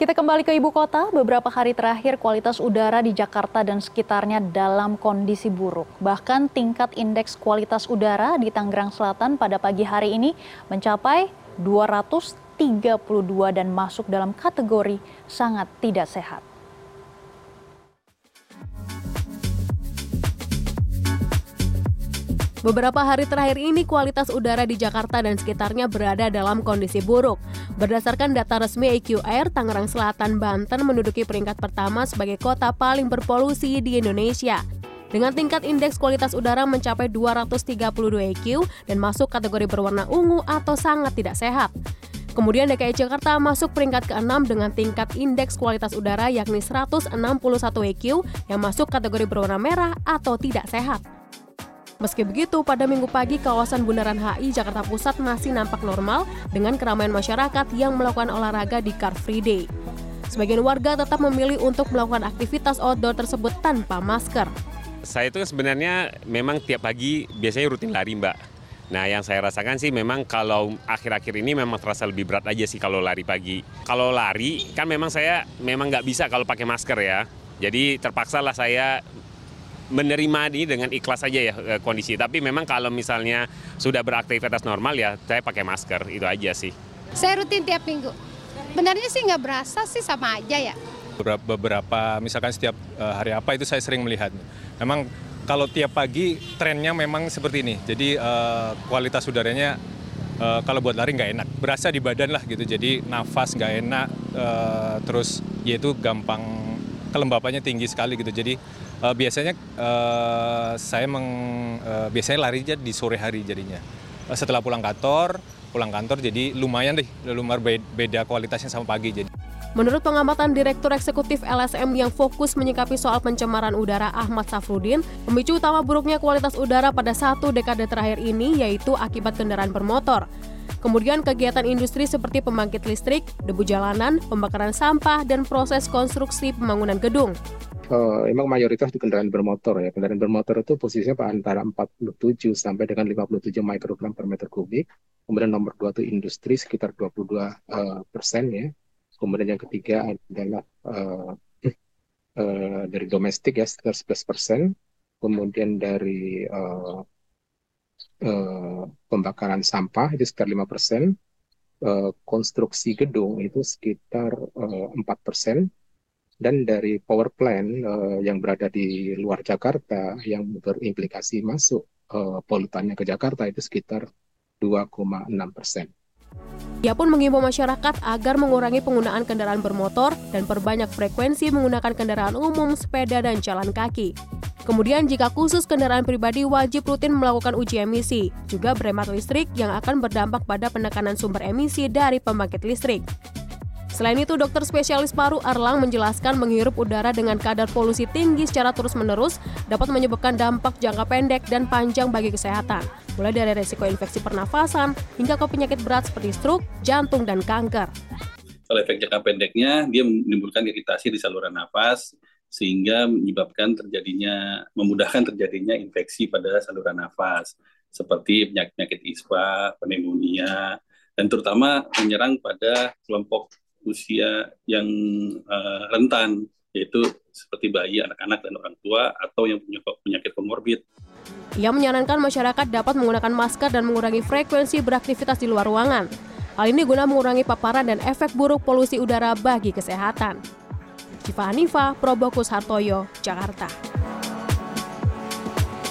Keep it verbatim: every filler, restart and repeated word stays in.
Kita kembali ke ibu kota, beberapa hari terakhir kualitas udara di Jakarta dan sekitarnya dalam kondisi buruk. Bahkan tingkat indeks kualitas udara di Tangerang Selatan pada pagi hari ini mencapai dua ratus tiga puluh dua dan masuk dalam kategori sangat tidak sehat. Beberapa hari terakhir ini kualitas udara di Jakarta dan sekitarnya berada dalam kondisi buruk. Berdasarkan data resmi A Q Air, Tangerang Selatan, Banten menduduki peringkat pertama sebagai kota paling berpolusi di Indonesia. Dengan tingkat indeks kualitas udara mencapai dua ratus tiga puluh dua A Q dan masuk kategori berwarna ungu atau sangat tidak sehat. Kemudian D K I Jakarta masuk peringkat keenam dengan tingkat indeks kualitas udara yakni seratus enam puluh satu A Q yang masuk kategori berwarna merah atau tidak sehat. Meski begitu, pada Minggu pagi kawasan Bundaran H I Jakarta Pusat masih nampak normal dengan keramaian masyarakat yang melakukan olahraga di Car Free Day. Sebagian warga tetap memilih untuk melakukan aktivitas outdoor tersebut tanpa masker. Saya itu sebenarnya memang tiap pagi biasanya rutin lari, Mbak. Nah, yang saya rasakan sih memang kalau akhir-akhir ini memang terasa lebih berat aja sih kalau lari pagi. Kalau lari kan memang saya memang nggak bisa kalau pakai masker ya. Jadi terpaksa lah saya menerima ini dengan ikhlas saja ya kondisi. Tapi memang kalau misalnya sudah beraktivitas normal ya saya pakai masker, itu aja sih. Saya rutin tiap minggu. Benarnya sih nggak berasa sih, sama aja ya. Beberapa, beberapa misalkan setiap uh, hari apa itu saya sering melihat. Memang kalau tiap pagi trennya memang seperti ini. Jadi uh, kualitas udaranya uh, kalau buat lari nggak enak. Berasa di badan lah gitu. Jadi nafas nggak enak, uh, terus yaitu gampang kelembapannya tinggi sekali gitu. Jadi uh, biasanya uh, saya meng, uh, biasanya lari aja di sore hari jadinya. Uh, setelah pulang kantor, pulang kantor jadi lumayan deh, lumayan beda kualitasnya sama pagi jadi. Menurut pengamatan Direktur Eksekutif L S M yang fokus menyikapi soal pencemaran udara Ahmad Safrudin, pemicu utama buruknya kualitas udara pada satu dekade terakhir ini yaitu akibat kendaraan bermotor. Kemudian kegiatan industri seperti pembangkit listrik, debu jalanan, pembakaran sampah, dan proses konstruksi pembangunan gedung. Uh, emang mayoritas di kendaraan bermotor ya. Kendaraan bermotor itu posisinya antara empat puluh tujuh sampai dengan lima puluh tujuh mikrogram per meter kubik. Kemudian nomor dua itu industri sekitar dua puluh dua persen ya. Kemudian yang ketiga adalah uh, uh, dari domestik ya sekitar sebelas persen. Kemudian dari uh, uh, pembakaran sampah itu sekitar lima persen. Uh, konstruksi gedung itu sekitar uh, empat persen. Dan dari power plant uh, yang berada di luar Jakarta yang berimplikasi masuk uh, polutannya ke Jakarta itu sekitar dua koma enam persen. Ia pun mengimbau masyarakat agar mengurangi penggunaan kendaraan bermotor dan perbanyak frekuensi menggunakan kendaraan umum, sepeda, dan jalan kaki. Kemudian jika khusus kendaraan pribadi wajib rutin melakukan uji emisi, juga berhemat listrik yang akan berdampak pada penekanan sumber emisi dari pembangkit listrik. Selain itu, dokter spesialis paru Erlang menjelaskan menghirup udara dengan kadar polusi tinggi secara terus-menerus dapat menyebabkan dampak jangka pendek dan panjang bagi kesehatan, mulai dari resiko infeksi pernafasan hingga ke penyakit berat seperti stroke, jantung, dan kanker. Kalau efek jangka pendeknya, dia menimbulkan iritasi di saluran nafas, sehingga menyebabkan terjadinya, memudahkan terjadinya infeksi pada saluran nafas, seperti penyakit-penyakit ispa, pneumonia, dan terutama menyerang pada kelompok usia yang uh, rentan, yaitu seperti bayi, anak-anak, dan orang tua, atau yang punya penyakit komorbid. Ia menyarankan masyarakat dapat menggunakan masker dan mengurangi frekuensi beraktivitas di luar ruangan. Hal ini guna mengurangi paparan dan efek buruk polusi udara bagi kesehatan. Syifa Hanifah, Probokus Hartoyo, Jakarta.